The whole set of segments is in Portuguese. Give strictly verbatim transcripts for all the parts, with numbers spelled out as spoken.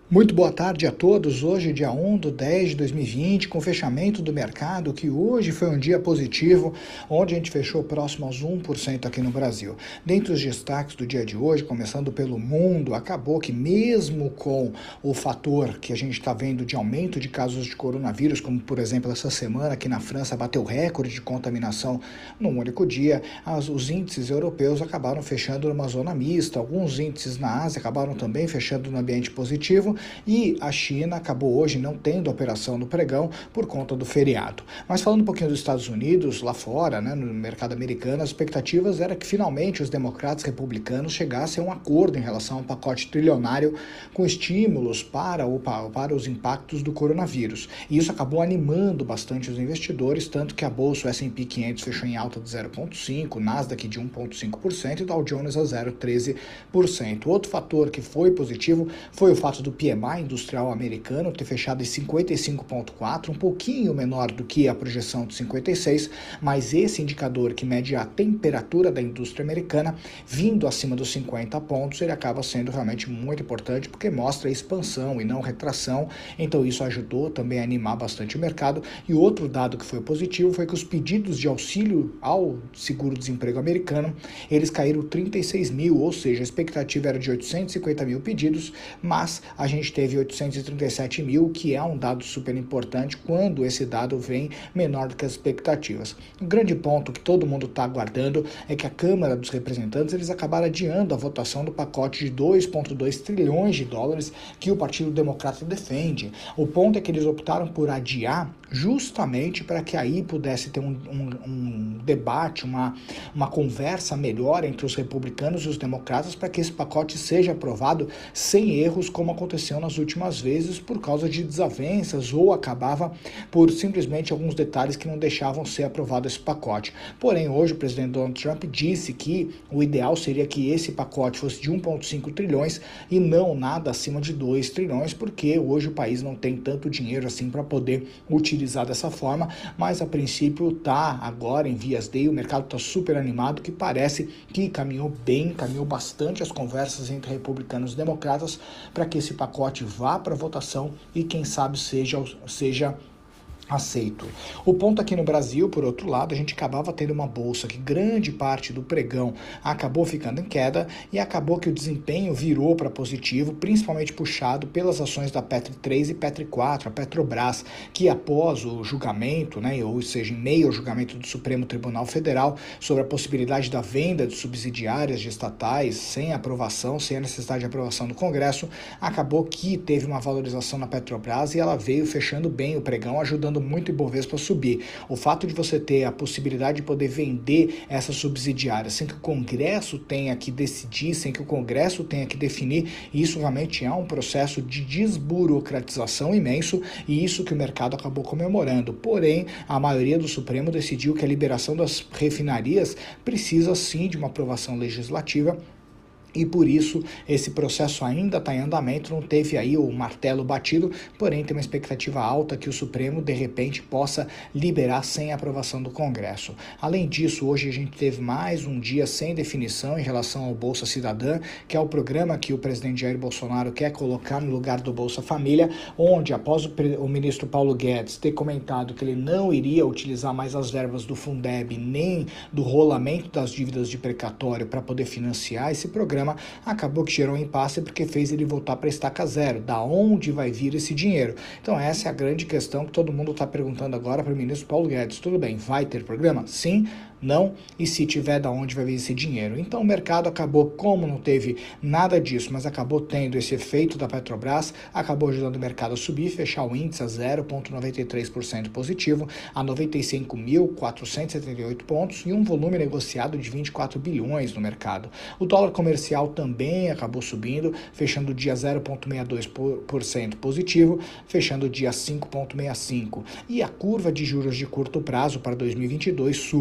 Muito boa tarde a todos. Hoje, dia um de dez de dois mil e vinte, com o fechamento do mercado, que hoje foi um dia positivo, onde a gente fechou próximo aos um por cento aqui no Brasil. Dentre os destaques do dia de hoje, começando pelo mundo, acabou que mesmo com o fator que a gente está vendo de aumento de casos de coronavírus, como por exemplo essa semana aqui na França bateu recorde de contaminação num único dia, as, os índices europeus acabaram fechando numa zona mista, alguns índices na Ásia acabaram também fechando no ambiente positivo, e a China acabou hoje não tendo operação no pregão por conta do feriado. Mas falando um pouquinho dos Estados Unidos, lá fora, né, no mercado americano, as expectativas era que finalmente os democratas republicanos chegassem a um acordo em relação a um pacote trilionário com estímulos para, o, para os impactos do coronavírus. E isso acabou animando bastante os investidores, tanto que a bolsa S and P quinhentos fechou em alta de zero vírgula cinco por cento, Nasdaq de um vírgula cinco por cento e Dow Jones a zero vírgula treze por cento. Outro fator que foi positivo foi o fato do P M I industrial americano ter fechado em cinquenta e cinco vírgula quatro, um pouquinho menor do que a projeção de cinquenta e seis, mas esse indicador que mede a temperatura da indústria americana vindo acima dos cinquenta pontos, ele acaba sendo realmente muito importante porque mostra expansão e não retração, então isso ajudou também a animar bastante o mercado. E outro dado que foi positivo foi que os pedidos de auxílio ao seguro-desemprego americano, eles caíram trinta e seis mil, ou seja, a expectativa era de oitocentos e cinquenta mil pedidos, mas a gente teve oitocentos e trinta e sete mil, que é um dado super importante quando esse dado vem menor do que as expectativas. O grande ponto que todo mundo está aguardando é que a Câmara dos Representantes eles acabaram adiando a votação do pacote de dois vírgula dois trilhões de dólares que o Partido Democrata defende. O ponto é que eles optaram por adiar justamente para que aí pudesse ter um, um, um debate, uma, uma conversa melhor entre os republicanos e os democratas para que esse pacote seja aprovado sem erros, como aconteceu nas últimas vezes, por causa de desavenças ou acabava por simplesmente alguns detalhes que não deixavam ser aprovado esse pacote. Porém, hoje o presidente Donald Trump disse que o ideal seria que esse pacote fosse de um vírgula cinco trilhões e não nada acima de dois trilhões, porque hoje o país não tem tanto dinheiro assim para poder utilizar dessa forma, mas a princípio está agora em vias de, o mercado está super animado, que parece que caminhou bem, caminhou bastante as conversas entre republicanos e democratas para que esse pacote vá para votação e quem sabe seja, seja aceito. O ponto aqui no Brasil, por outro lado, a gente acabava tendo uma bolsa que grande parte do pregão acabou ficando em queda e acabou que o desempenho virou para positivo, principalmente puxado pelas ações da Petro três e Petro quatro, a Petrobras, que após o julgamento, né, ou seja, em meio ao julgamento do Supremo Tribunal Federal sobre a possibilidade da venda de subsidiárias de estatais sem aprovação, sem a necessidade de aprovação do Congresso, acabou que teve uma valorização na Petrobras e ela veio fechando bem o pregão, ajudando muito o Ibovespa a subir. O fato de você ter a possibilidade de poder vender essas subsidiárias sem que o Congresso tenha que decidir, sem que o Congresso tenha que definir, isso realmente é um processo de desburocratização imenso e isso que o mercado acabou comemorando. Porém, a maioria do Supremo decidiu que a liberação das refinarias precisa sim de uma aprovação legislativa. E por isso esse processo ainda está em andamento, não teve aí o martelo batido, porém tem uma expectativa alta que o Supremo de repente possa liberar sem aprovação do Congresso. Além disso, hoje a gente teve mais um dia sem definição em relação ao Bolsa Cidadã, que é o programa que o presidente Jair Bolsonaro quer colocar no lugar do Bolsa Família, onde após o, o ministro Paulo Guedes ter comentado que ele não iria utilizar mais as verbas do Fundeb nem do rolamento das dívidas de precatório para poder financiar esse programa, acabou que gerou um impasse porque fez ele voltar para a estaca zero. Da onde vai vir esse dinheiro? Então essa é a grande questão que todo mundo está perguntando agora para o ministro Paulo Guedes. Tudo bem, vai ter programa? Sim, não, e se tiver, da onde vai vir esse dinheiro? Então o mercado acabou, como não teve nada disso, mas acabou tendo esse efeito da Petrobras, acabou ajudando o mercado a subir, fechar o índice a zero vírgula noventa e três por cento positivo, a noventa e cinco mil quatrocentos e setenta e oito pontos e um volume negociado de vinte e quatro bilhões no mercado. O dólar comercial também acabou subindo, fechando o dia zero vírgula sessenta e dois por cento positivo, fechando o dia cinco vírgula sessenta e cinco. E a curva de juros de curto prazo para dois mil e vinte e dois subiu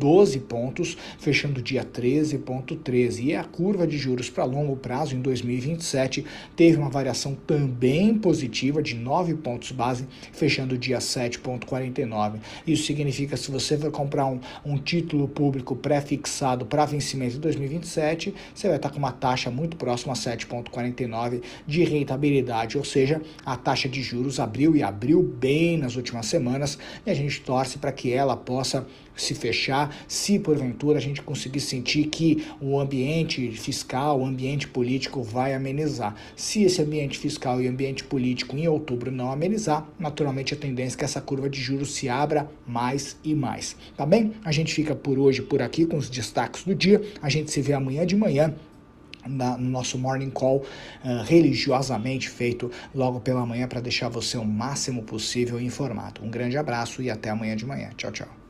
doze pontos, fechando o dia treze vírgula treze. E a curva de juros para longo prazo em dois mil e vinte e sete teve uma variação também positiva de nove pontos base, fechando o dia sete vírgula quarenta e nove. Isso significa que se você for comprar um, um título público pré-fixado para vencimento de dois mil e vinte e sete, você vai estar com uma taxa muito próxima a sete vírgula quarenta e nove de rentabilidade, ou seja, a taxa de juros abriu e abriu bem nas últimas semanas e a gente torce para que ela possa se fechar, se porventura a gente conseguir sentir que o ambiente fiscal, o ambiente político vai amenizar. Se esse ambiente fiscal e ambiente político em outubro não amenizar, naturalmente a tendência é que essa curva de juros se abra mais e mais. Tá bem? A gente fica por hoje por aqui com os destaques do dia. A gente se vê amanhã de manhã Na, no nosso Morning Call, uh, religiosamente feito logo pela manhã para deixar você o máximo possível informado. Um grande abraço e até amanhã de manhã. Tchau, tchau.